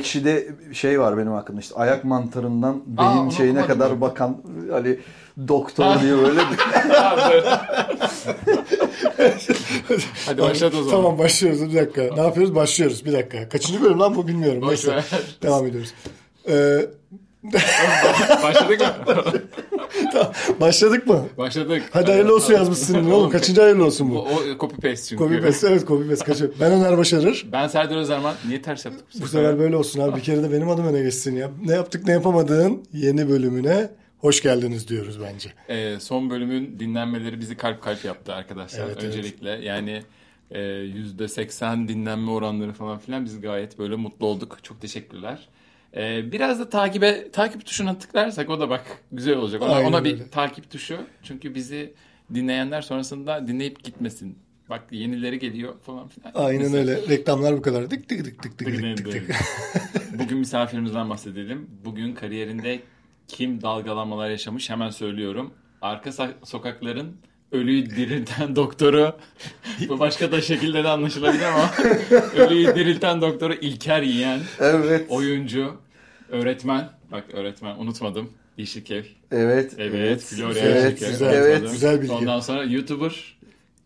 Ekşi'de şey var benim hakkımda, işte ayak mantarından beyin şeyine kadar ben. bakan hani doktor diye böyle. Hadi başladı o zaman. Tamam, başlıyoruz. Bir dakika. Ne yapıyoruz? Başlıyoruz. Bir dakika. Kaçıncı bölüm lan bu bilmiyorum. Boş Neyse. ver. Devam ediyoruz. Başladık mı? Tamam. Başladık mı? Başladık. Hadi hayırlı olsun yazmışsın. Oğlum kaçıncı hayırlı olsun bu? O copy paste çünkü. Copy paste, evet, copy paste kaçıyor. Ben Öner Başarır. Ben Serdar Özerman. Niye ters yaptık Bu sefer böyle olsun abi. Bir kere de benim adım öne geçsin ya. Ne yaptık ne yapamadığın yeni bölümüne hoş geldiniz diyoruz bence. Son bölümün dinlenmeleri bizi kalp yaptı arkadaşlar. Evet, Öncelikle yani %80 dinlenme oranları falan filan biz gayet böyle mutlu olduk. Çok teşekkürler. Biraz da takip tuşuna tıklarsak o da bak güzel olacak. Ona bir öyle. takip tuşu. Çünkü bizi dinleyenler sonrasında dinleyip gitmesin. Bak yenileri geliyor falan filan. Aynen Mesela. öyle. Reklamlar bu kadar. Tık tık tık tık tık tık tık tık. Bugün misafirimizden bahsedelim. Bugün kariyerinde kim dalgalanmalar yaşamış hemen söylüyorum. Arka sokakların ölüyü dirilten doktoru. Bu başka da şekilde de anlaşılabilir ama ölüyü dirilten doktoru İlker Yiyen. Evet. Oyuncu, öğretmen. Bak öğretmen unutmadım. Yeşilköy. Evet. Florya Evet. Yeşilköy. Evet. Unutmadım. Güzel bilgi. Ondan sonra YouTuber.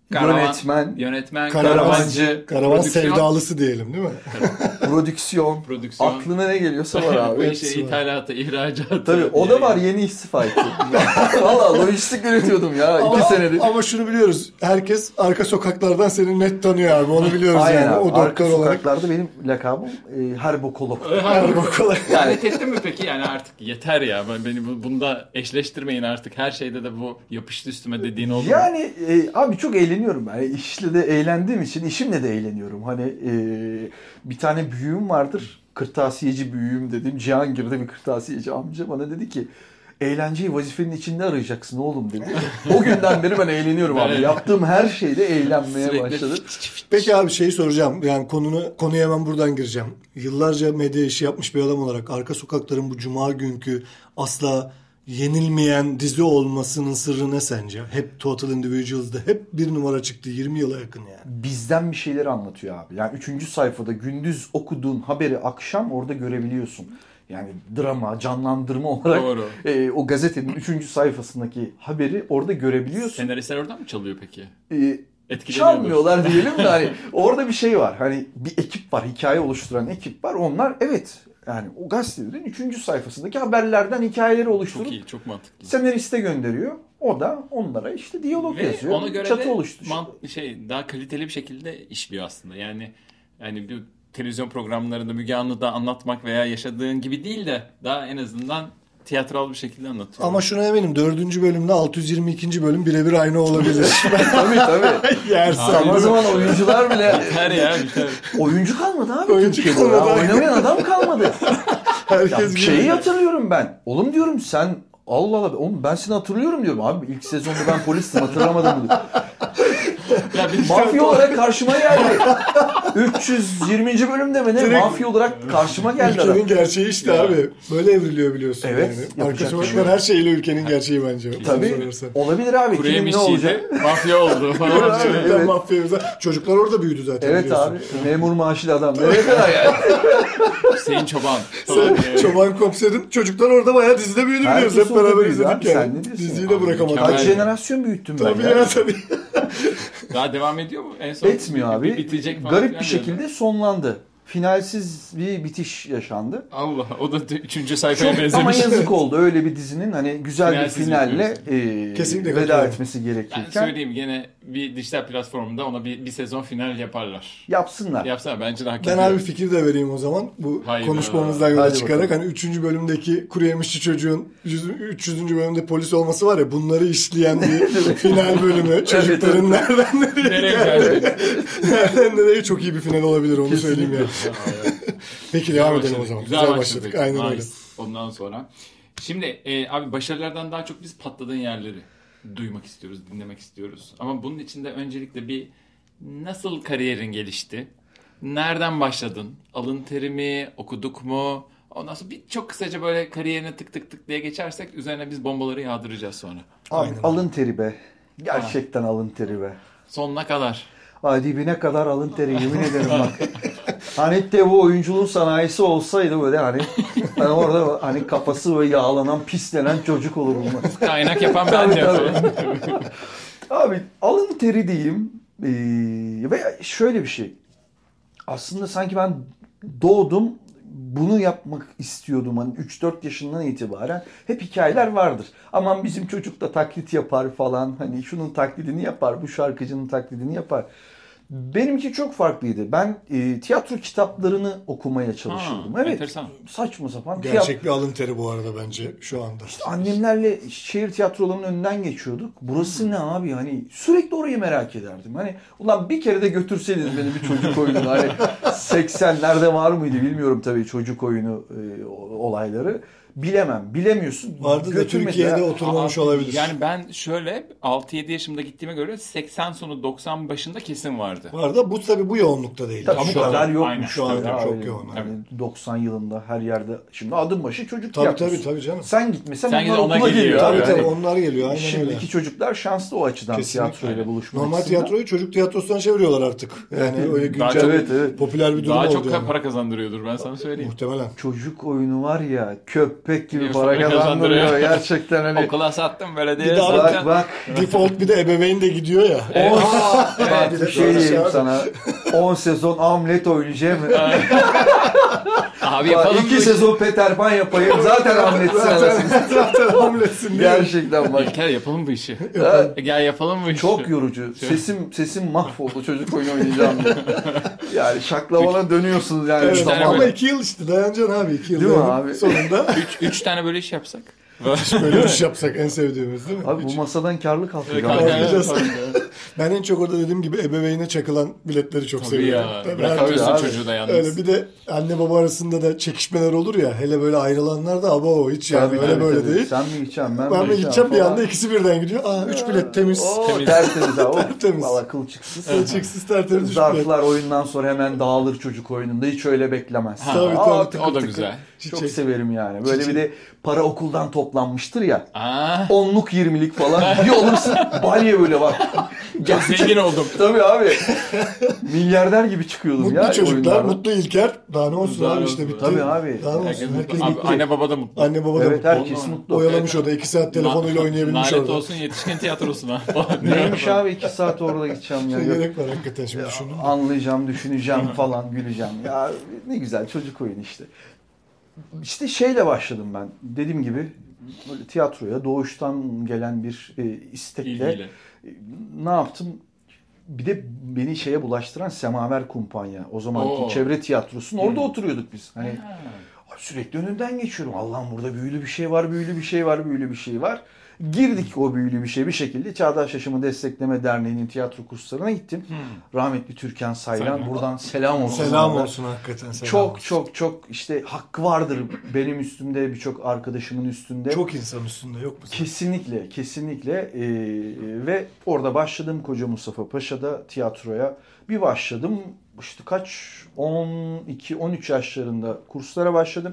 Yönetmen. Karavancı. Karavan prodüksiyon. sevdalısı diyelim değil mi? Prodüksiyon. Aklına ne geliyorsa var abi. Bu Hepsi işe var. ithalatı, ihracatı. Tabii o da var, yeni istifa etti. Valla lojistik yönetiyordum ya 2 senedir. Ama şunu biliyoruz. Herkes arka sokaklardan seni net tanıyor abi. Onu biliyoruz Aynen yani. abi. O Arka doktor olarak. sokaklarda benim lakabım herbokolog. Her bok olarak. Yani ettin mi peki? Yani artık yeter ya. Beni bunda eşleştirmeyin artık. Her şeyde de bu yapıştı üstüme dediğin oldu mu? Yani abi çok eğleniyorum ben. İşle de eğlendiğim için işimle de eğleniyorum. Hani bir tane büyüğüm vardır. Kırtasiyeci büyüğüm dediğim Cihangir'de bir kırtasiyeci amca bana dedi ki eğlenceyi vazifenin içinde arayacaksın oğlum dedi. O günden beri ben eğleniyorum abi. Evet. Yaptığım her şeyde eğlenmeye Sürekli başladım. Peki abi şeyi soracağım. Yani konuya hemen buradan gireceğim. Yıllarca medya işi yapmış bir adam olarak arka sokakların bu cuma günkü asla yenilmeyen dizi olmasının sırrı ne sence? Hep Total Individuals'da hep bir numara çıktı 20 yıla yakın yani. Bizden bir şeyleri anlatıyor abi. Yani 3. sayfada gündüz okuduğun haberi akşam orada görebiliyorsun. Yani drama, canlandırma olarak Doğru. O gazetenin 3. sayfasındaki haberi orada görebiliyorsun. Senaristler oradan mı çalıyor peki? Etkileniyordur. Çalmıyorlar diyelim de hani orada bir şey var. Hani bir ekip var, hikaye oluşturan ekip var. Onlar evet yani o gazetelerin 3. sayfasındaki haberlerden hikayeleri oluşturup Çok iyi, çok mantıklı. senariste gönderiyor. O da onlara işte diyalog Ve yazıyor. ona göre çatı de oluşturuyor. daha kaliteli bir şekilde işliyor aslında. Yani bir televizyon programlarında Müge Anlı'da anlatmak veya yaşadığın gibi değil de daha en azından tiyatral bir şekilde anlatıyor. Ama şuna eminim 4. bölümde 622. bölüm birebir aynı olabilir. Tabii. Yersen. O zaman oyuncular bile Biter ya biter. oyuncu kalmadı abi. Oyuncu Türkiye'de kalmadı ya. abi. Oynamayan adam kalmadı. Herkes Şeyi biliyor. hatırlıyorum ben. Oğlum diyorum sen Allah Allah oğlum ben seni hatırlıyorum diyorum. Abi ilk sezonda ben polistim hatırlamadım mı? Ya bir Mafya olarak karşıma geldi. 320. bölümde mi ne? Direkt- Mafya olarak karşıma geldi adam. Ülkenin gerçeği işte Ya. abi. Böyle evriliyor biliyorsun Evet, yani. yapacak Arka bir şey sokaklar yok. her şeyiyle ülkenin gerçeği bence. Tabii Sorarsan. olabilir abi. kuru Kimin ne olacak? yemişçiydi, mafya oldu falan. Gerçekten Evet. mafya. Çocuklar orada büyüdü zaten Evet biliyorsun. abi. Memur maaşlı adam. Nereye kadar yani? Hüseyin Çoban. falan diye. Çoban Komiser'in çocuklar orada bayağı dizide büyüdü biliyoruz. Herkes Hep beraber orada büyüdü izledik abi, yani. sen ne diyorsun? Diziyi de Abi, bırakamadık. mükemmel. Kaç jenerasyon büyüttüm ben Tabii ya. ya tabii. Daha devam ediyor mu? En son Etmiyor abi. Bitecek falan Garip filan bir şekilde sonlandı. Finalsiz bir bitiş yaşandı. Allah o da 3. sayfaya Çok ama benzemiş. yazık oldu. Öyle bir dizinin hani güzel Finalsiz bir finalle Kesinlikle veda katılıyorum. etmesi Ben gerekirken söyleyeyim gene bir dijital platformda ona bir sezon final yaparlar. yapsınlar. Yapsana bence de hak Ben ediyor. abi fikir de vereyim o zaman. Bu Hayır, konuşmamızdan yola hadi çıkarak bakalım. hani 3. bölümdeki kuru yemişçi çocuğun 300. bölümde polis olması var ya bunları işleyen bir final bölümü. Çocukların nereden nereye Nereye geldi? geldi? Nereden nereye çok iyi bir final olabilir onu söyleyeyim ya. Peki devam edelim o zaman. Güzel başladık. başladık. Aynen öyle. Nice. Ondan sonra. Şimdi abi başarılardan daha çok biz patladığın yerleri duymak istiyoruz, dinlemek istiyoruz. Ama bunun için de öncelikle bir nasıl kariyerin gelişti? Nereden başladın? Alın terimi, okuduk mu? Ondan sonra bir çok kısaca böyle kariyerine tık tık tık diye geçersek üzerine biz bombaları yağdıracağız sonra. Abi, Aynen. alın teri be. Gerçekten alın teri be. Sonuna kadar. Ay dibine kadar alın teri yemin ederim bak. Hani Tevo oyunculuğun sanayisi olsaydı böyle hani ben orada hani kafası böyle yağlanan, pislenen çocuk olurum. Kaynak yapan ben de yaparım. Abi alın teri diyeyim. Ve şöyle bir şey. Aslında sanki ben doğdum, bunu yapmak istiyordum. Hani 3-4 yaşından itibaren hep hikayeler vardır. Aman bizim çocuk da taklit yapar falan. Hani şunun taklidini yapar, bu şarkıcının taklidini yapar. Benimki çok farklıydı. Ben tiyatro kitaplarını okumaya çalışırdım. Evet. Enteresan. Saçma sapan. Gerçek bir alın teri bu arada bence şu anda. Annemlerle şehir tiyatrolarının önünden geçiyorduk. Burası ne abi? Hani sürekli orayı merak ederdim. Hani ulan bir kere de götürseydiniz beni bir çocuk oyununa. Hani 80'lerde var mıydı bilmiyorum tabii çocuk oyunu olayları. Bilemem. Bilemiyorsun. Vardı da Türkiye'de oturmamış olabilir. Yani ben şöyle 6-7 yaşımda gittiğime göre 80 sonu 90 başında kesin vardı. Vardı. Bu tabii bu yoğunlukta değil. Tabii Şu bu kadar an- yokmuş. aynen. Şu an tabii. çok Öyle. yoğun. Yani 90 yılında her yerde. Şimdi adım başı çocuk Tabii tiyatrosu. tabii canım. Sen gitmesen Sen onlar git, ona okula geliyor. geliyor. Tabii abi. tabii Yani onlar geliyor. Aynen şimdiki öyle. çocuklar şanslı o açıdan Kesinlikle. tiyatroyla buluşmak Normal açısından. tiyatroyu çocuk tiyatrosuna çeviriyorlar artık. Yani öyle Daha güncel çok- evet. popüler bir durum Daha oldu. çok yani. para kazandırıyordur ben sana söyleyeyim. Muhtemelen. Çocuk oyunu var ya köpek gibi Biliyorsun, para para kazandırıyor kazandırıyor. gerçekten hani. Okula sattım belediye Bir de zaten. Bak Default bir de ebeveyn de gidiyor ya. bak bir şey Doğru. diyeyim sana 10 sezon Hamlet oynayacağım. Abi Bak, yapalım 2 bu sezon Peter Pan yapayım zaten Hamlet'sin anasını. Zaten Hamlet'sin diye. Gerçekten bak. İlker yapalım bu işi. Ha, Gel yapalım bu işi. çok yorucu. Sesim mahvoldu çocuk oyunu oynayacağım diye. Yani şaklavala dönüyorsunuz yani. Evet, tane ama böyle- 2 yıl işte dayanacaksın abi 2 yıl. Değil mi dayanıp abi? Sonunda 3 tane böyle iş yapsak. böyle bir şey yapsak en sevdiğimiz değil mi? Abi bu masadan karlı kalkacağım. Kalkacağız. Ben en çok orada dediğim gibi ebeveyne çakılan biletleri çok Tabii seviyorum. ya. Tabii, Bırakamıyorsun abi. çocuğu da yalnız. öyle bir de anne baba arasında da çekişmeler olur ya. Hele böyle ayrılanlar da abo hiç yani Tabii, öyle tabii, böyle tabii. değil. Sen mi gideceksin Ben mi gideceğim bir falan. anda ikisi birden gidiyor. Aa 3 bilet temiz. Oo, Temiz. tertemiz abi. Tertemiz. Valla kılçıksız. Ölçeksiz tertemiz 3 bilet. Zarflar oyundan sonra hemen dağılır çocuk oyununda. Hiç öyle beklemez. Tabii, Aa, tabii, tıkır o da tıkır. güzel. Çok Çiçek. severim yani. Böyle Çiçek. bir de para okuldan toplanmıştır ya. Aa, 10'luk 20'lik falan. Bir olursun balye böyle bak. çok zengin oldum. Tabii abi. Milyarder gibi çıkıyordum Mutlu ya çocuklar, oyunlardan. mutlu İlker. Daha ne olsun Daha abi ne işte olsun. bitti. Tabii abi. Daha ne Herkes olsun? mutlu. Herkes Abi, mutlu. anne baba da mutlu. Anne baba da Evet mutlu. herkes Ondan- mutlu. Oyalamış o da 2 saat telefonuyla oynayabilmiş Lanet orada. olsun yetişkin tiyatrosuna. Neymiş abi 2 saat orada gideceğim ya. Ne gerek var hakikaten şimdi düşünün. Anlayacağım, düşüneceğim falan, güleceğim. Ya ne güzel çocuk oyunu işte. İşte şeyle başladım ben. Dediğim gibi böyle tiyatroya doğuştan gelen bir istekle. İlgiyle. Ne yaptım? Bir de beni şeye bulaştıran Semaver Kumpanya. O zamanki Oo. çevre tiyatrosunun orada oturuyorduk biz. Hani sürekli önünden geçiyorum. Allah'ım burada büyülü bir şey var, büyülü bir şey var, büyülü bir şey var. Girdik o büyülü bir şey bir şekilde. Çağdaş Yaşamı Destekleme Derneği'nin tiyatro kurslarına gittim. Rahmetli Türkan Saylan. Saylan. Buradan selam olsun. Selam ona. olsun hakikaten. Selam Çok olsun. çok çok işte hakkı vardır benim üstümde, birçok arkadaşımın üstünde. Çok insan üstünde yok mu? Kesinlikle, kesinlikle. Ve orada başladım Koca Mustafa Paşa'da tiyatroya. Bir başladım işte kaç 12-13 yaşlarında kurslara başladım.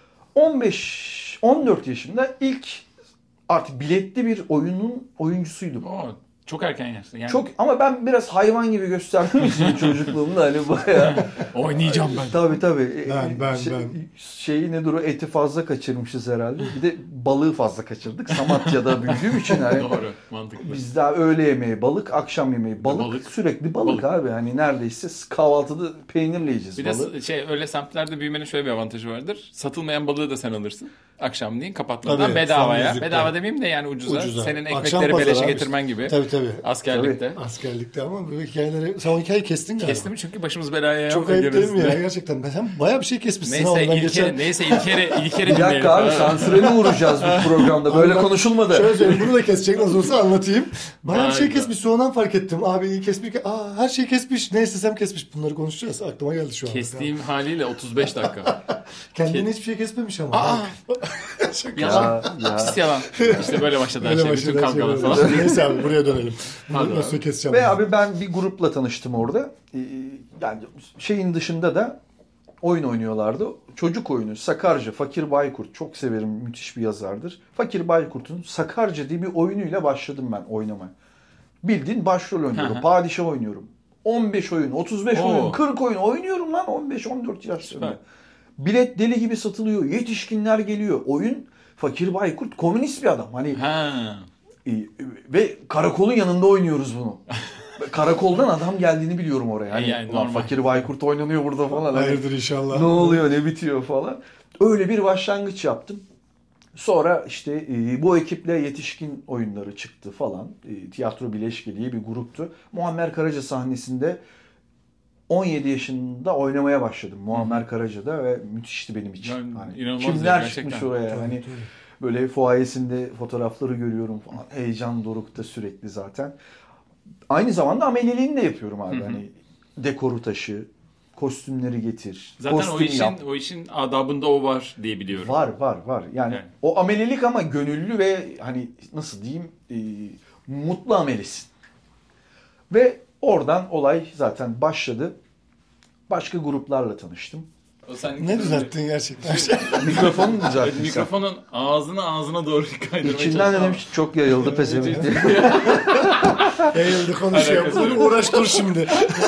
15-14 yaşında ilk artık biletli bir oyunun oyuncusuydum. Oo, çok erken yaşta. Yani Çok ama ben biraz hayvan gibi gösterdiğim için çocukluğumda hani bayağı. oynayacağım ben. Tabii. Ben. Şeyi nedir o eti fazla kaçırmışız herhalde. Bir de balığı fazla kaçırdık. Samatya'da büyüdüğüm için hani Doğru, mantıklı. biz daha öğle yemeği balık, akşam yemeği balık, Balık. sürekli balık abi. Hani neredeyse kahvaltıda peynirle yiyeceğiz Bir balığı. de öyle semtlerde büyümenin şöyle bir avantajı vardır. Satılmayan balığı da sen alırsın. Akşamleyin kapatmadan Tabii, bedavaya. son yüzükte. Bedava demeyeyim de yani ucuza. Ucuza. Senin Akşam ekmekleri pazarı beleşe abi. getirmen gibi. Tabii. Askerlikte. Askerlikte ama bu hikayeleri... Sen o hikayeyi kestin galiba. Kestim çünkü başımız belaya Çok yapma ayıp değil mi ya gerisinde. gerçekten? Sen bayağı bir şey kesmişsin. Neyse ha, ondan İlker'i Bir dinleyelim. dakika abi sansüre mi uğrayacağız bu programda? Böyle Anlat. konuşulmadı. Şöyle söyleyeyim bunu da kesecek nasıl olsa anlatayım. Bayağı bir şey Harika. kesmiş sonradan fark ettim. Abi iyi kesmiş. Her şey kesmiş. Ne istesem kesmiş. Bunları konuşacağız. Aklıma geldi şu an. Kestiğim haliyle 35 dakika. Kendine hiçbir şey kesmemiş ama. Yalan. Ya. Pis yalan. İşte böyle başladı her Öyle şey. başladı Bütün her şey kavgalar böyle. falan. Neyse abi buraya dönelim. Hadi Nasıl abi. keseceğim? Ve abi ben bir grupla tanıştım orada. Yani şeyin dışında da oyun oynuyorlardı. Çocuk oyunu Sakarca, Fakir Baykurt. Çok severim, müthiş bir yazardır. Fakir Baykurt'un Sakarca diye bir oyunuyla başladım ben oynamaya. Bildiğin başrol oynuyorum, Hı hı. padişah oynuyorum. 15 oyun, 35 Oo. oyun, 40 oyun oynuyorum lan 15-14 yaşlarında. Süper. Bilet deli gibi satılıyor. Yetişkinler geliyor. Oyun Fakir Baykurt komünist bir adam. Hani Ha. ve karakolun yanında oynuyoruz bunu. Karakoldan adam geldiğini biliyorum oraya. Hani Yani ulan normal. Fakir Baykurt oynanıyor burada falan. Hani Hayırdır inşallah. ne oluyor, ne bitiyor falan. Öyle bir başlangıç yaptım. Sonra işte bu ekiple yetişkin oyunları çıktı falan. Tiyatro Bileşke diye bir gruptu. Muammer Karaca sahnesinde 17 yaşında oynamaya başladım. Muammer Karaca'da ve müthişti benim için. Yani Hani inanılmaz kimler gerçekten. çıkmış oraya. Hani böyle fuayesinde fotoğrafları görüyorum falan. Heyecan dorukta sürekli zaten. Aynı zamanda ameliyeliğini de yapıyorum abi. Hani dekoru taşı, kostümleri getir. Zaten kostüm yap. o işin adabında o var diye biliyorum. Var. Yani Yani. o amelelik ama gönüllü ve hani nasıl diyeyim mutlu amelisin. Ve oradan olay zaten başladı. Başka gruplarla tanıştım. O sen Ne düzelttin gerçekten? Mikrofonu düzelttim. sen. Mikrofonun ağzına doğru kaydırmaya İçinden çalıştım. dedim çok yayıldı pezevenk. Yayıldı konuşuyor. Alakası yok. Bunu uğraş dur şimdi.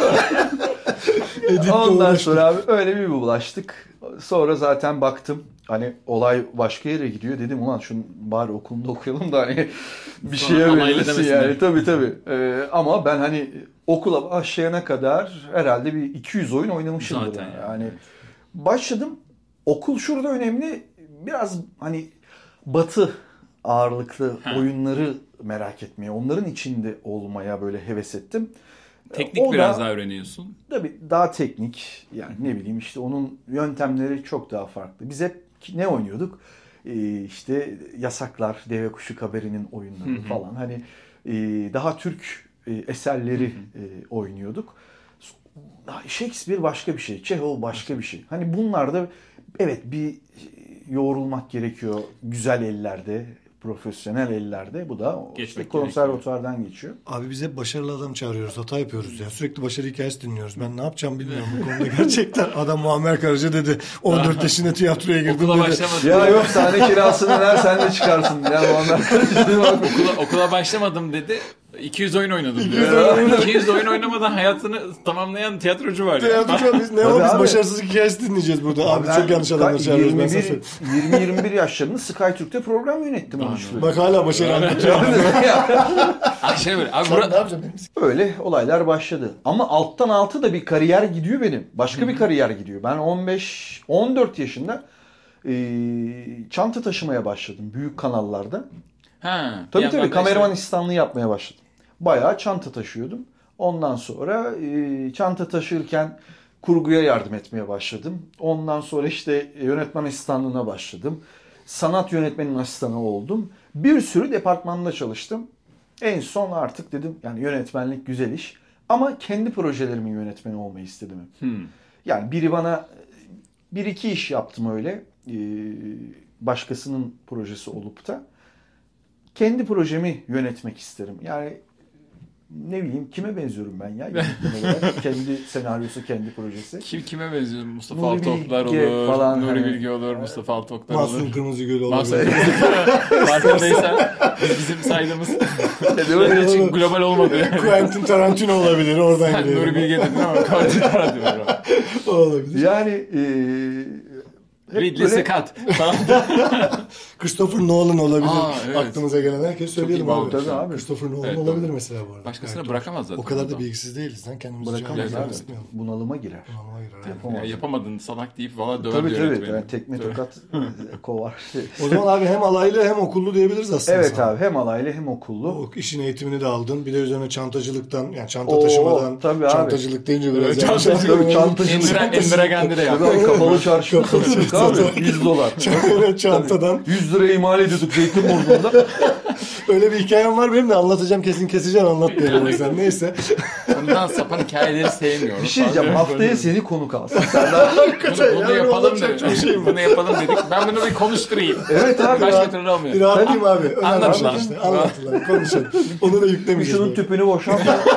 Editle Ondan uğraş. sonra abi öyle bir bulaştık. Sonra zaten baktım hani olay başka yere gidiyor. Dedim ulan şunu bari okulunda okuyalım da hani bir Sonra şeye alaylı verirsin demesinler. yani. Tabii. Ama ben hani okula başlayana kadar herhalde bir 200 oyun oynamışımdır. Zaten Yani başladım. Okul şurada önemli. Biraz hani batı ağırlıklı oyunları merak etmeye, onların içinde olmaya böyle heves ettim. Teknik O da- biraz daha öğreniyorsun. Tabii daha teknik yani ne bileyim işte onun yöntemleri çok daha farklı. Biz hep ne oynuyorduk? İşte Yasaklar, Deve Kuşu Kaberi'nin oyunları falan. Hani daha Türk eserleri oynuyorduk. Shakespeare başka bir şey, Çehov başka bir şey. Hani bunlarda evet bir yoğrulmak gerekiyor güzel ellerde, profesyonel ellerde. Bu da işte Geçmek konservatuvardan geçiyor. Abi biz hep başarılı adam çağırıyoruz. Hata yapıyoruz ya. Sürekli başarı hikayesi dinliyoruz. Ben ne yapacağım bilmiyorum bu konuda gerçekten. Adam Muammer Karaca dedi. 14 yaşında tiyatroya girdim Okula dedi. başlamadım. Ya yok sahne kirasını ver sen de çıkarsın. Ya Okula başlamadım dedi. 200 oyun oynadım diyor. 200 oyun oynamadan hayatını tamamlayan tiyatrocu var ya. Tiyatrocu biz ne Tabii o? Biz abi. başarısızlık hikayesi dinleyeceğiz burada. Abi çok yanlış adamlar çağırıyoruz. Ben sana söyleyeyim. 20-21 yaşlarında SkyTürk'te program yönettim o işte. Bak hala başarı anlatıyor. Ay şey böyle. Abi Sen ne yapacaksın? Öyle olaylar başladı. Ama alttan alta da bir kariyer gidiyor benim. Başka bir kariyer gidiyor. Ben 14 yaşında çanta taşımaya başladım büyük kanallarda. Ha. Tabii kameraman asistanlığı yapmaya başladım. Bayağı çanta taşıyordum. Ondan sonra çanta taşırken kurguya yardım etmeye başladım. Ondan sonra işte yönetmen asistanlığına başladım. Sanat yönetmeninin asistanı oldum. Bir sürü departmanda çalıştım. En son artık dedim yani yönetmenlik güzel iş. Ama kendi projelerimin yönetmeni olmayı istedim. Yani biri bana bir iki iş yaptım öyle. Başkasının projesi olup da. Kendi projemi yönetmek isterim. Yani ne bileyim kime benziyorum ben ya? Kendi senaryosu, kendi projesi. Kime benziyor? Mustafa Nuri Altıoklar Bilge olur, falan Nuri hani. Bilge olur, Mustafa Altıoklar olur. Mahsun Kırmızıgül Mahsun olabilir. Farkındaysan bizim saydığımız öyle için global olmadı yani. Quentin Tarantino olabilir. Oradan Sen gidelim. Nuri Bilge dedin ama Quentin Tarantino var. O olabilir. Yani hep Ridley böyle- Scott falan. Christopher Nolan olabilir. Aa, evet. Aklımıza gelen herkes söyleyelim iyi abi. bağlamış Tabii abi. Christopher Nolan Evet, olabilir doğru. mesela bu arada. Başkasına Gayet bırakamaz zaten. O kadar da adam. bilgisiz değiliz lan. Kendimizi Bırakamayız cahil abi. etmeyelim. Bunalıma girer. Bunalıma girer. Evet. Yapamaz. Ya yapamadın salak deyip valla döver Tabii yönetmeni. Yani tekme tokat kovar. O zaman abi hem alaylı hem okullu diyebiliriz aslında. Evet sana. abi hem alaylı hem okullu. O işin eğitimini de aldın. Bir de üzerine çantacılıktan yani çanta Oo, taşımadan. tabii abi. Çantacılık deyince biraz Çantacılık, yanlış. çantacılık. Indira Gandhi de yaptı. Tabii kapalı çarşıda satıyorduk abi. $100. Çantadan. 100 liraya imal ediyorduk Zeytinburnu'nda. Öyle bir hikayem var benim de anlatacağım kesin keseceğim anlat diyelim o yüzden. Neyse. Ondan sapan hikayeleri sevmiyorum. Bir şey diyeceğim haftaya seni konuk alsın. Bunu Yani yapalım olacak çok dedik. şey var. Bunu yapalım dedik. Ben bunu bir konuşturayım. Evet abi. Başka türlü Bir olmuyor. rahatlayayım abi. Öner Anlat abi lan. işte. Anlat lan. Konuşalım. Onu da yüklemeyeceğiz. Şunun böyle. tüpünü boşalt.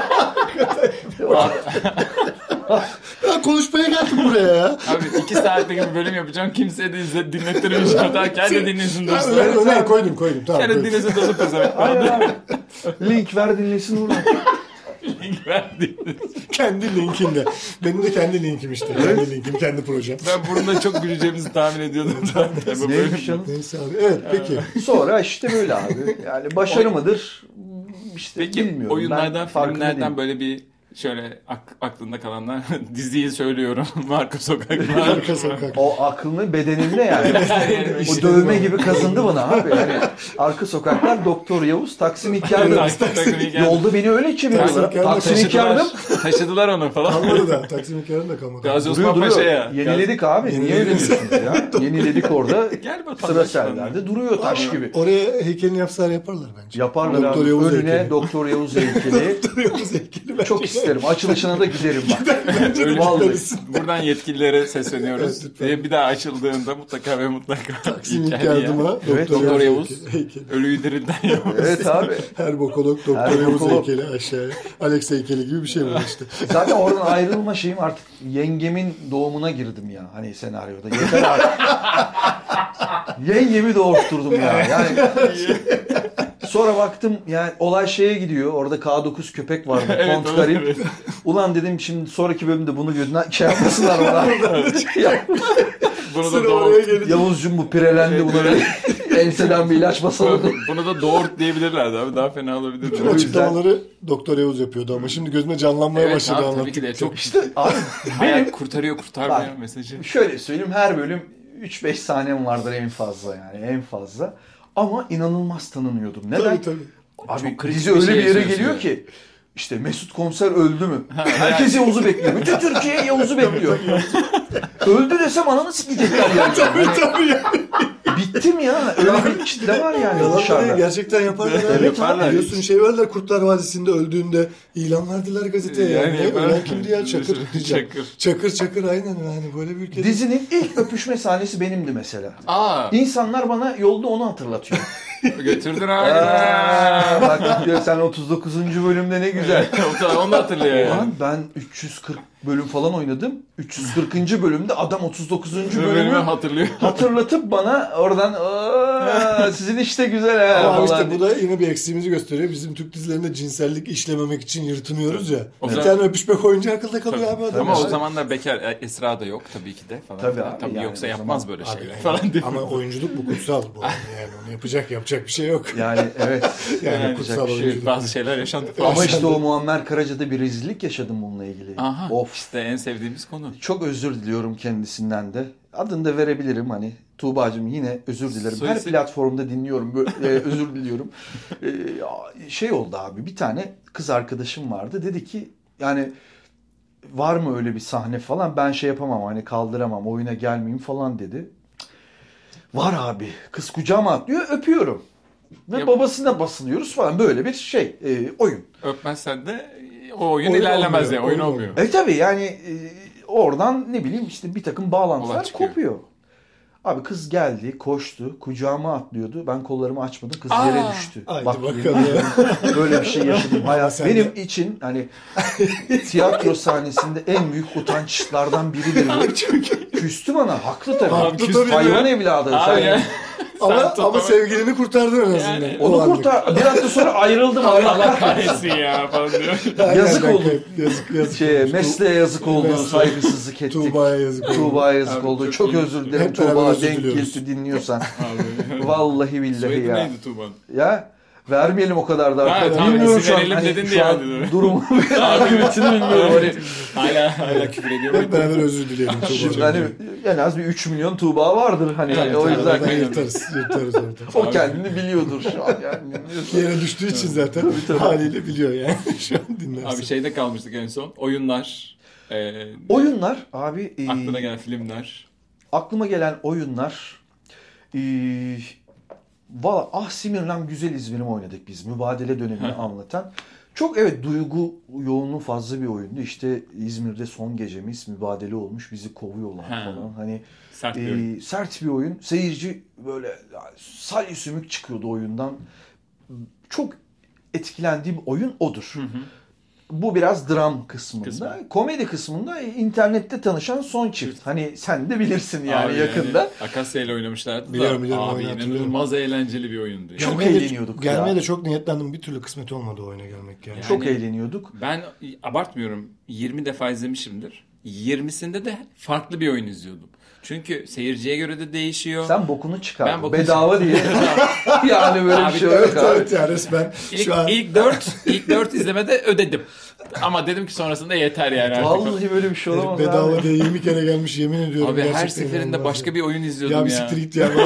Ya konuşmaya geldim buraya ya. Abi 2 saatlik bir bölüm yapacağım. Kimseye de dinlettirmeyeceğim. Daha kendi dinlesin Ben dursun. öne koydum. Tamam. Kendi koydum. dinlesin dursun pezevenk. Aynen abi. Link ver dinlesin oradan. link verdiğiniz. Kendi linkinde. Benim de kendi linkim işte. Kendi linkim, kendi projem. Ben burada çok güleceğimizi tahmin ediyordum zaten. Bu bölüm- Neymiş canım? Neyse abi. Evet peki. Sonra işte böyle abi. Yani başarı mıdır? İşte Peki bilmiyorum. oyunlardan, Ben farkında filmlerden değilim. böyle bir şöyle aklında kalanlar diziyi söylüyorum. Arka Sokaklar. Arka Sokak. O aklını bedeninde yani. O İşte dövme bu. gibi kazındı bana abi. Yani Arka Sokaklar, Doktor Yavuz, Taksim Hikâr'dı. Yolda beni öyle çeviriyorlar. Taksim Taksim Hikâr'dım. Taşıdılar onu falan. Kalmadı da. Taksim hikârında da kalmadı. Gazi Duruyor Osman duruyor. Paşa'ya. Yeniledik abi. Niye öyle Yeniledik. diyorsunuz ya? Yeniledik orada. Gel vatandaş Sıra falan. serlerde duruyor taş gibi. Oraya heykelini yapsalar yaparlar bence. Yaparlar Doktor abi. Yavuz Önüne heykeli. Doktor Yavuz heykeli. Doktor Yavuz heykeli bence. Çok isterim. Açılışına da giderim bak. Öyle Vallahi. gitmelisin. Buradan yetkililere sesleniyoruz. Evet, lütfen. Bir daha açıldığında mutlaka ve mutlaka Taksim hikâye. hikârdıma Evet, Doktor Yavuz. heykeli. Ölüyü dirilden Yavuz. Evet abi. Her bokolog Doktor Her Yavuz bokolog. heykeli aşağıya. Alex heykeli gibi bir şey var işte. Zaten oradan ayrılma şeyim artık yengemin doğumuna girdim ya. Hani senaryoda. Yeter artık. Yengemi doğurtturdum ya. Yani sonra baktım yani olay şeye gidiyor. Orada K9 köpek vardı. Evet, Kont evet, Garip. evet. Ulan dedim şimdi sonraki bölümde bunu şey yapmasınlar bana. Bunu da Sıra oraya doğurt. gelince. Yavuzcum bu pirelendi buna bir enseden bir ilaç basalım. Bunu da doğurt diyebilirlerdi abi. Daha fena olabilirdi. Bütün açıklamaları Doktor Yavuz yapıyordu ama şimdi gözüme canlanmaya Evet başladı abi, tabii anlattık. ki de çok İşte abi hayat benim kurtarıyor kurtarmıyor Bak, mesajı. şöyle söyleyeyim her bölüm 3-5 sahnem vardır en fazla yani en fazla. Ama inanılmaz tanınıyordum. Neden? Tabii tabii. Abi Çok kritik dizi bir öyle şey bir yere yaşıyorsun geliyor ya. ki işte Mesut Komiser öldü mü? Herkes Yavuz'u bekliyor. Bütün Türkiye Yavuz'u bekliyor. Öldü desem ananı sikecekler yani. Tabii ya. Bittim ya. Öyle bir kitle var yani Yalan da değil, dışarıda. gerçekten yaparlar. Evet, abi. yaparlar. Biliyorsun şey verdiler Kurtlar Vadisi'nde öldüğünde ilan verdiler gazeteye. Yani, yaparlar. ölen kimdi ya? Çakır diyeceğim. Çakır. Çakır aynen yani böyle bir ülkede. Dizinin ilk öpüşme sahnesi benimdi mesela. Aa, İnsanlar bana yolda onu hatırlatıyor. götürdün abi. Bak diyor sen 39. bölümde ne güzel. Onu da hatırlıyor yani. Lan ben 340 bölüm falan oynadım. 340. bölümde adam 39. Bölümü bölümü hatırlıyor. hatırlatıp bana oradan sizin işte güzel ha Ama falan. işte bu da yine bir eksiğimizi gösteriyor. Bizim Türk dizilerinde cinsellik işlememek için yırtınıyoruz ya. O Bir zaman- tane öpüşme koyunca akılda kalıyor abi adam. Ama ya. o zamanlar bekar Esra da yok tabii ki de falan. Tabii abi, Tabii yani yoksa o yapmaz zaman- böyle Abi şeyler yani. falan diyor. Ama oyunculuk bu kutsal bu. Yani onu yapacak bir şey yok. Yani evet. Yani, Yani kutsal bir şey- oyunculuk. Bazı şeyler yaşandı. Ama işte o Muammer Karaca'da bir rezillik yaşadım bununla ilgili. Aha, Of. işte en sevdiğimiz konu. Çok özür diliyorum kendisinden de. Adını da verebilirim hani. Tuğba'cığım yine özür dilerim. Her Soyisim- platformda dinliyorum. Böyle, özür diliyorum. Şey oldu abi bir tane kız arkadaşım vardı. Dedi ki yani var mı öyle bir sahne falan ben şey yapamam hani kaldıramam oyuna gelmeyeyim falan dedi. Var abi kız kucağıma atlıyor öpüyorum. Ve Yap- babasına basılıyoruz falan böyle bir şey oyun. Öpmezsen de o oyun Oyun ilerlemez olmuyor, ya. Oyun oyun olmuyor. Tabii yani oradan ne bileyim işte bir takım Olay bağlantılar çıkıyor. kopuyor. Abi kız geldi, koştu, kucağıma atlıyordu. Ben kollarımı açmadım, kız Aa! yere düştü. Haydi Bak bakalım. yemin ediyorum, böyle bir şey yaşadım hayat. sen Benim de- için hani tiyatro sahnesinde en büyük utançlardan biridir bu. Küstü bana, haklı tabii. Haklı tabii Hayvan ya. evladı. Abi Sen- ya. Ama sevgilini kurtardın en azından. Yani- O Onu anlık. kurtar. Bir hafta sonra ayrıldım. Allah kahretsin ya falan diyor. Aynen, Yazık aynen. oldu. Yazık Şeye, olmuş. mesleğe yazık oldu, Mesleğe- saygısızlık ettik. Tuğba'ya yazık oldu. Tuğba'ya yazık Abi oldu. çok Çok iyi. özür dilerim Hep beraber Tuğba. özür Denk diliyoruz. geldi dinliyorsan. Abi. Vallahi billahi Soyadı ya. neydi Tuğba'nın? Ya vermeyelim o kadar da. Ha, tamam, Bilmiyorum isim şu an verelim hani dedin şu diye an yani. durumu akıbetini bilmiyorum. Hani, Hala küfür ediyor. Hep beraber özür dileyelim Tuğba'cığım. hani en az bir 3 milyon Tuğba vardır hani Evet, o evet, yüzden Aradan aynen. yırtarız orada. o kendini biliyordur şu an yani. bilmiyorsun. Yere düştüğü için zaten haliyle biliyor yani. Şu an dinlersin. Abi şeyde kalmıştık en son. Oyunlar. Oyunlar abi Aklına gelen filmler. aklıma gelen oyunlar valla Ah Simirlan Güzel İzmir'imi oynadık biz. Mübadele dönemini anlatan. Çok evet duygu yoğunluğu fazla bir oyundu. İşte İzmir'de son gecemiz mübadele olmuş bizi kovuyorlar Ha. falan. Hani Sert bir oyun. sert bir oyun. Seyirci böyle salya sümük çıkıyordu oyundan. Çok etkilendiğim oyun odur. Bu biraz dram kısmında. Kısmı. Komedi kısmında internette tanışan son çift. Hani sen de bilirsin yani Abi yakında. Yani, Akasya ile oynamışlardı Biliyorum, da. Abi oyunu hatırlıyorum. inanılmaz eğlenceli bir oyundu. Yani. Çok Gelmeye de- eğleniyorduk Gelmeye ya. de çok niyetlendim. Bir türlü kısmet olmadı o oyuna gelmek yani. Çok eğleniyorduk. Ben abartmıyorum 20 defa izlemişimdir. 20'sinde de farklı bir oyun izliyordum. Çünkü seyirciye göre de değişiyor. Sen bokunu çıkar. Ben bokunu Bedava diye. Yani böyle Abi, bir şey Evet yok abi. evet yani resmen şu an İlk 4 izlemede ödedim. Ama dedim ki sonrasında yeter yani artık. Vallahi böyle bir şey olamaz bedava abi. diye 20 kere gelmiş yemin ediyorum. Abi her gerçekten seferinde inanılmaz başka ya. bir oyun izliyordum Ya ya. bir siktir git ya.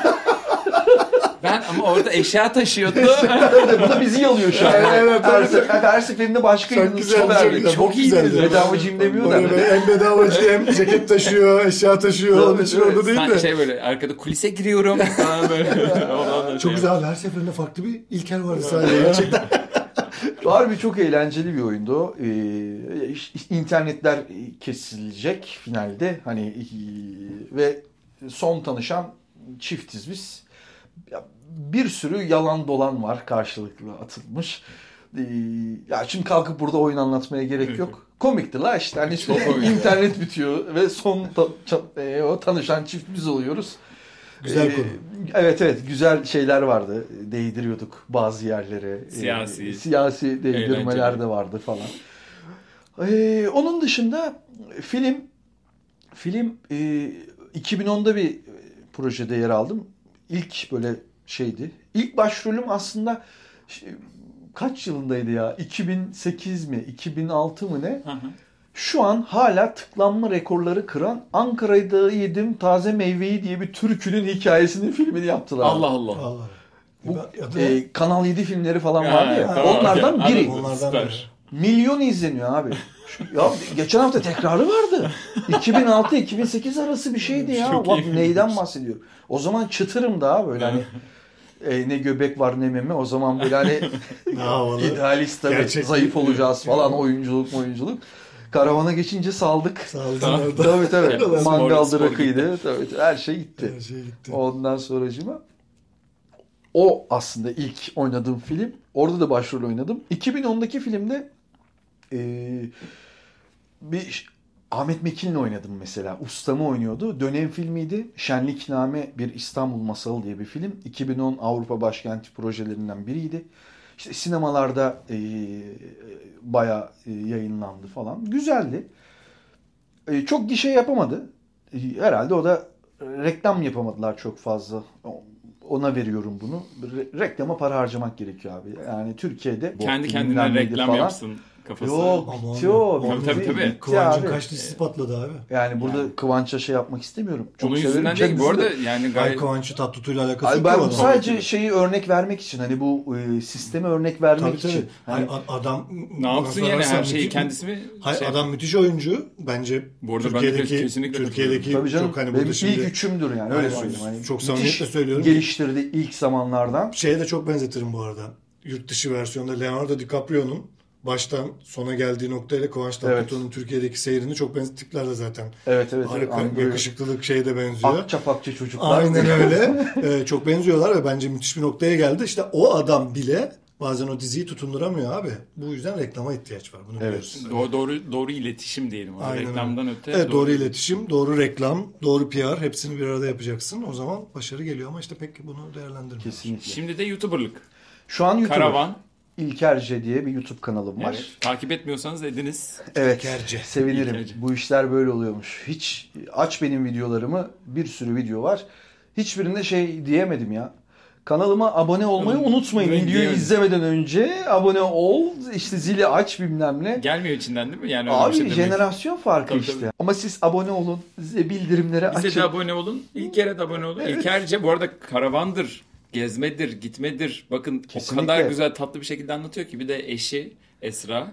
Ben ama orada eşya taşıyordu. Bu da bizi yalıyor şu an. Evet, Her seferinde başka Çok yıldız güzel, çok çok güzel, çok iyi güzel. bedavacıyım demiyor da. Oraya böyle hem bedavacı hem ceket taşıyor, eşya taşıyor. Tabii, Onun için evet. orada değil Ben de. şey böyle arkada kulise giriyorum falan böyle. Ondan da Çok şey- güzel abi. Her seferinde farklı bir İlker vardı sadece gerçekten. Harbi çok eğlenceli bir oyundu o. İnternetler kesilecek finalde hani ve son tanışan çiftiz biz. Ya, bir sürü yalan dolan var karşılıklı atılmış. Ya şimdi kalkıp burada oyun anlatmaya gerek yok. Komikti la işte hani internet bitiyor ve son o tanışan çift biz oluyoruz. Güzel konu. Evet evet güzel şeyler vardı. Değdiriyorduk bazı yerlere. Siyasi değdirmeler eğlenceli. de vardı falan. Onun dışında film 2010'da bir projede yer aldım. İlk böyle şeydi. İlk başrolüm aslında kaç yılındaydı ya? 2008 mi? 2006 mı ne? Hı hı. Şu an hala tıklanma rekorları kıran Ankara'da yedim taze meyveyi diye bir türkünün hikayesinin filmini yaptılar. Allah Allah. Allah. Bu Adı ne? Kanal 7 filmleri falan Ha, vardı ya. tamam, Onlardan okey. biri. Anladım, Onlardan süper. biri. Milyon izleniyor abi. Ya geçen hafta tekrarı vardı. 2006-2008 arası bir şeydi ya. Çok Bak iyi. neyden bahsediyorum. O zaman çıtırım daha böyle hani ne göbek var ne meme. O zaman böyle hani Havalı. idealist tabii Gerçek. zayıf olacağız falan oyunculuk. Karavana geçince saldık. Sağlıcın orada. Tabii. Spor Mangaldı, gitti. rakıydı. Tabii her şey gitti. Her şey gitti. Ondan sonracıma o aslında ilk oynadığım film. Orada da başrol oynadım. 2010'daki filmde bir Ahmet Mekin'le oynadım mesela. Ustamı oynuyordu. Dönem filmiydi. Şenlikname bir İstanbul Masalı diye bir film. 2010 Avrupa Başkenti projelerinden biriydi. İşte sinemalarda bayağı yayınlandı falan. Güzeldi. Çok gişe yapamadı. Herhalde o da reklam yapamadılar çok fazla. Ona veriyorum bunu. Reklama para harcamak gerekiyor abi. Yani Türkiye'de Kendi bu kendine bilmem neydi reklam falan. yapsın kafası. Yok Ama bitti o. abi, Tabii, bitti, tabii. bitti Kıvancın abi. kaç dizisi patladı abi. Yani burada Kıvanç'a şey yapmak istemiyorum. Çok Onun severim yüzünden değil. Bu kendisini arada de. yani Hayır gayet... Kıvanç'ı Tatlıtuğ'la alakası Ay yok. ben ki o adamın. sadece şeyi örnek vermek için hani bu sisteme örnek vermek Tabii tabii. için. Hani Hayır, adam Ne yapsın yani her şeyi müthiş- kendisi mi? Hayır şey- adam müthiş oyuncu. Bence Bu arada ben de Türkiye'deki kesinlikle Türkiye'deki tabii canım çok hani benim burada şimdi ilk üçümdür yani öyle Aynen, söyleyeyim. Hani çok müthiş samimiyetle söylüyorum. geliştirdi ilk zamanlardan. şeye de çok benzetirim bu arada. Yurt dışı versiyonda Leonardo DiCaprio'nun baştan sona geldiği noktayla Kıvanç Tatlıtuğ'un Türkiye'deki seyrini çok benzettikler de zaten. Evet evet. Harika, Hani böyle yakışıklılık şeye de benziyor. akça çocuklar. Aynen öyle. Çok benziyorlar ve bence müthiş bir noktaya geldi. İşte o adam bile bazen o diziyi tutunduramıyor abi. Bu yüzden reklama ihtiyaç var. Bunu biliyorsun. Doğru iletişim diyelim. Ona. Aynen Reklamdan öyle. öte. Evet, doğru iletişim, doğru reklam, doğru PR hepsini bir arada yapacaksın. O zaman başarı geliyor ama işte pek bunu değerlendirmiyoruz. Kesinlikle. Şimdi de YouTuber'lık. Şu an YouTube'da Karavan. İlkerce diye bir YouTube kanalım var. Evet. Takip etmiyorsanız ediniz. Evet. İlkerce. Sevinirim. İlkerce. Bu işler böyle oluyormuş. Hiç aç benim videolarımı. Bir sürü video var. Hiçbirinde şey diyemedim ya. Kanalıma abone olmayı unutmayın. Ben Videoyu diyemedim. izlemeden önce abone ol. İşte zili aç bilmem ne. Gelmiyor içinden değil mi? Yani öyle Abi bir şey demek. jenerasyon farkı Tabii, işte. tabii. Ama siz abone olun. Size bildirimleri Bize açın. de abone olun. İlker'e de abone olun. İlkerce bu arada karavandır, gezmedir, gitmedir. Bakın Kesinlikle. o kadar güzel tatlı bir şekilde anlatıyor ki. Bir de eşi Esra,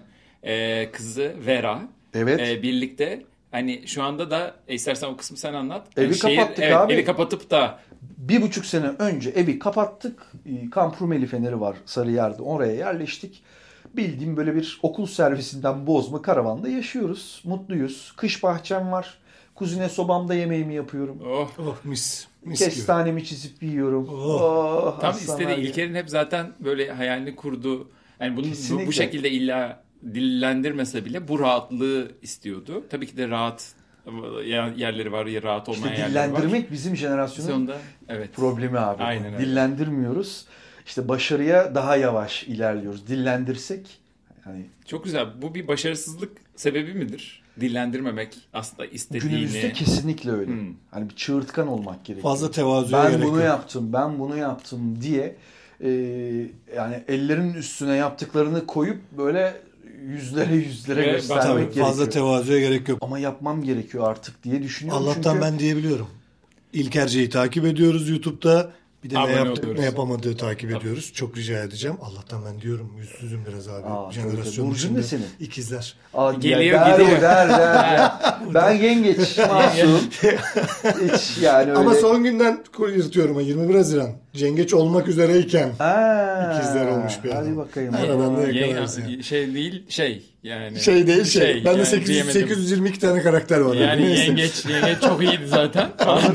kızı Vera Evet. birlikte. Hani şu anda da istersen o kısmı sen anlat. Evi kapattık abi. Evi kapatıp da 1,5 sene önce evi kapattık. Kamp Rumeli Feneri var Sarıyer'de. Oraya yerleştik. Bildiğim böyle bir okul servisinden bozma karavanda yaşıyoruz. Mutluyuz. Kış bahçem var. Kuzine sobamda yemeğimi yapıyorum. oh, Oh mis. Mis gibi. Kestanemi çizip yiyorum. Oh. Oh, tam aslan istediği abi. İlker'in hep zaten böyle hayalini kurduğu. Yani bunu Kesinlikle. bu şekilde illa dillendirmese bile bu rahatlığı istiyordu. Tabii ki de rahat yerleri var, rahat olmayan İşte yerleri var. dillendirmek bizim jenerasyonun Sonunda, evet. problemi abi. Aynen öyle. Dillendirmiyoruz. İşte başarıya daha yavaş ilerliyoruz. Dillendirsek hani Çok güzel. Bu bir başarısızlık sebebi midir? Dillendirmemek aslında istediğini. günümüzde kesinlikle öyle. Hani bir çığırtkan olmak gerekiyor. Fazla tevazuya Ben gerek bunu yok. yaptım, ben bunu yaptım diye yani ellerinin üstüne yaptıklarını koyup böyle yüzlere Evet, göstermek Tabii, gerekiyor. fazla tevazuya gerek yok. Ama yapmam gerekiyor artık diye düşünüyorum. Allah'tan çünkü ben diyebiliyorum. İlkerce'yi takip ediyoruz YouTube'da. Bir de ne Abone yaptık oluyoruz. ne yapamadığı takip ediyoruz. Çok rica edeceğim. Allah'tan ben diyorum. Yüzsüzüm biraz abi. Aa, Jenerasyon Burcun içinde. ne senin? İkizler. Geliyor, der, gidiyor. der. Ben yengeç, masum. Hiç yani öyle. Ama son günden yırtıyorum ha. 21 Haziran. Cengeç olmak üzereyken. İkizler olmuş bir adam. Hadi bakayım. Aradan da yakalarız yani. Şey değil yani. Şey değil şey. Bende yani 822 tane karakter var. Yani Neyse. yengeç çok iyiydi zaten.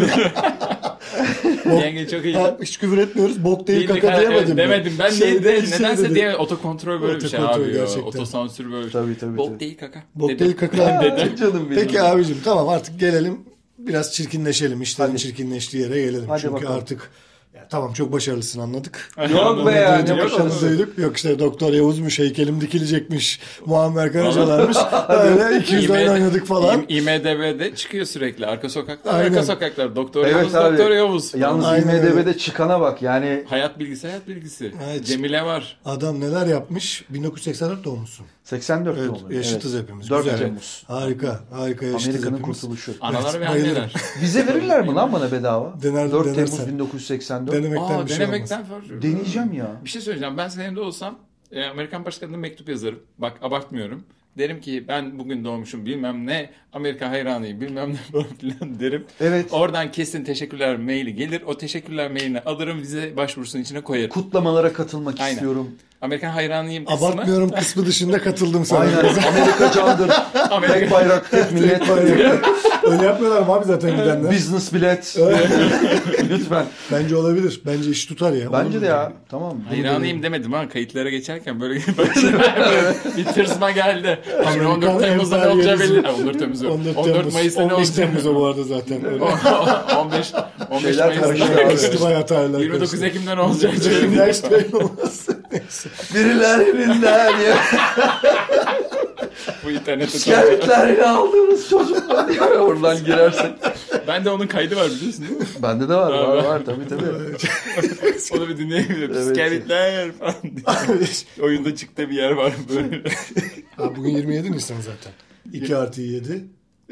Yengeç çok iyiydi. Ha, hiç küfür etmiyoruz. Bok değil Değildi, kaka diyemedim. evet, demedim. Ben Şey nedense dedim. diye otokontrol böyle bir şey Otokontrol abi. Ya. gerçekten. Otosansür böyle bir şey. Tabii. Bok değil kaka. Bok dedim. değil kaka. Dedim. Canım benim. Peki abicim tamam artık gelelim. Biraz çirkinleşelim. İşlerin Hadi. çirkinleştiği yere gelelim. Hadi Çünkü bakalım. artık ya, tamam çok başarılısın anladık. Yok be ya, ne Duyduk, başarısı. duyduk. Yok işte Doktor Yavuz'muş, heykelim dikilecekmiş, Muammer Karacalar'mış. Öyle 200 oyun oynadık falan. IMDB'de çıkıyor sürekli. Arka sokaklar, Aynen. arka sokaklar. Doktor Evet Yavuz, abi. Doktor Yavuz. Yalnız Aynen IMDB'de çıkana bak yani Hayat bilgisi. Evet. Cemile var. Adam neler yapmış? 1984 doğmuşsun. 84 Evet, doğumlu. yaşıtız hepimiz. 4 Güzel. Temmuz. Harika yaşıtız Amerika'nın hepimiz. kurtuluşu. Analar ve bayılırım. anneler. Vize verirler mi lan bana bedava? 4 denersen. Temmuz 1984. Denemekten bir şey olmaz. Denemekten farklı. Deneyeceğim ya. Bir şey söyleyeceğim. Ben senin de olsam Amerikan başkanına mektup yazarım. Bak abartmıyorum. Derim ki ben bugün doğmuşum bilmem ne. Amerika hayranıyım bilmem ne falan filan derim. Evet. Oradan kesin teşekkürler maili gelir. O teşekkürler mailini alırım vize başvurusunun içine koyarım. Kutlamalara katılmak Aynen. istiyorum. Amerikan hayranıyım kısmı. Abartmıyorum kısmı dışında katıldım sana. Aynen. Amerika candır. Tek bayrak, tek millet. Öyle yapmıyorlar mı abi zaten gidenler? Business bilet. Lütfen. Bence olabilir. Bence iş tutar ya. Bence Olur de mu? ya. Tamam. Hayranıyım demedim ha. Kayıtlara geçerken böyle bir tırsma geldi. Şimdi 14 Amerikan Temmuz'da ne Empire olacağı yedisi. belli. 14 Temmuz'da. 14 Mayıs'ta ne 15 olacak? Temmuz'da bu arada zaten. Öyle. 15 Şeyler Mayıs'ta. karışıyor abi. İstimaya tarihler 29 Ekim'de ne olacak? Ekim'de işte belli olmaz. Neyse. Biriler ya. Bu internette çok. İşaretlerini aldığımız çocuklar diye oradan girersek. Ben de onun kaydı var biliyorsun değil mi? Bende de var. Var. Var tabii. Onu bir dinleyebilirim. Evet. İskeletler falan diye. Oyunda çıktı bir yer var böyle. Abi bugün 27 Nisan zaten. 2 artı 7.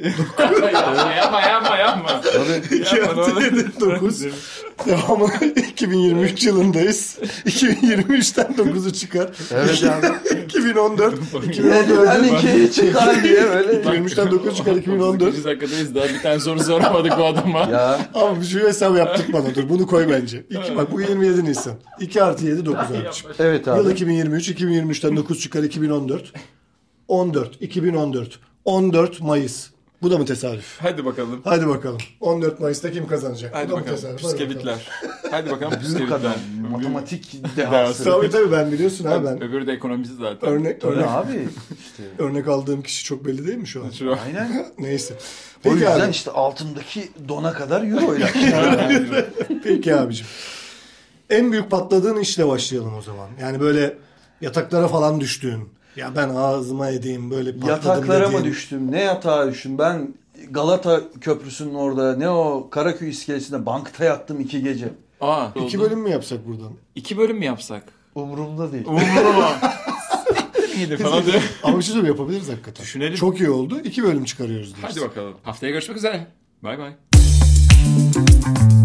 Yapma. Tabii. 2 artı 7 9. Devamlı 2023 yılındayız. 2023'ten 9'u çıkar. Evet abi. 2014. Ben 2'yi çıkar diye böyle. 2023'ten 9 çıkar 2014. 9. dakikadayız daha bir tane soru soramadık bu adama. Ya Ama şu hesabı yaptık bana dur. Bunu koy bence. Bak bugün 27 Nisan. 2 artı 7 9 abiciğim. evet Yıl abi. 2023. 2023'ten 9 çıkar 2014. 2014. 14 Mayıs. Bu da mı tesadüf? Hadi bakalım. Hadi bakalım. 14 Mayıs'ta kim kazanacak? Hadi Bu da mı bakalım. tesadüf? Hadi bakalım. Biskevitler. Hadi bakalım Büyük biskevitler. adam. Matematik dehası. Tabii ben biliyorsun ha ben. Öbürü de ekonomisi zaten. Örnek Tabii abi. İşte. örnek aldığım kişi çok belli değil mi şu an? Şu Aynen. Neyse. O Peki yüzden abi. işte altındaki dona kadar euroyla. Peki abicim. En büyük patladığın işle başlayalım o zaman. Yani böyle yataklara falan düştüğün. Ya ben ağzıma edeyim böyle patladım Yataklara mı dediğin. düştüm? Ne yatağa düştüm? Ben Galata Köprüsü'nün orada ne o Karaköy iskelesinde bankta yattım 2 gece. Aa, 2 bölüm mü yapsak buradan? 2 bölüm mü yapsak? Umurumda değil. Umuruma. İyiydi falan diyor. Ama bir şey söyleyeyim, yapabiliriz hakikaten. Düşünelim. Çok iyi oldu. 2 bölüm çıkarıyoruz diyoruz. Hadi bakalım. Haftaya görüşmek üzere. Bay bay.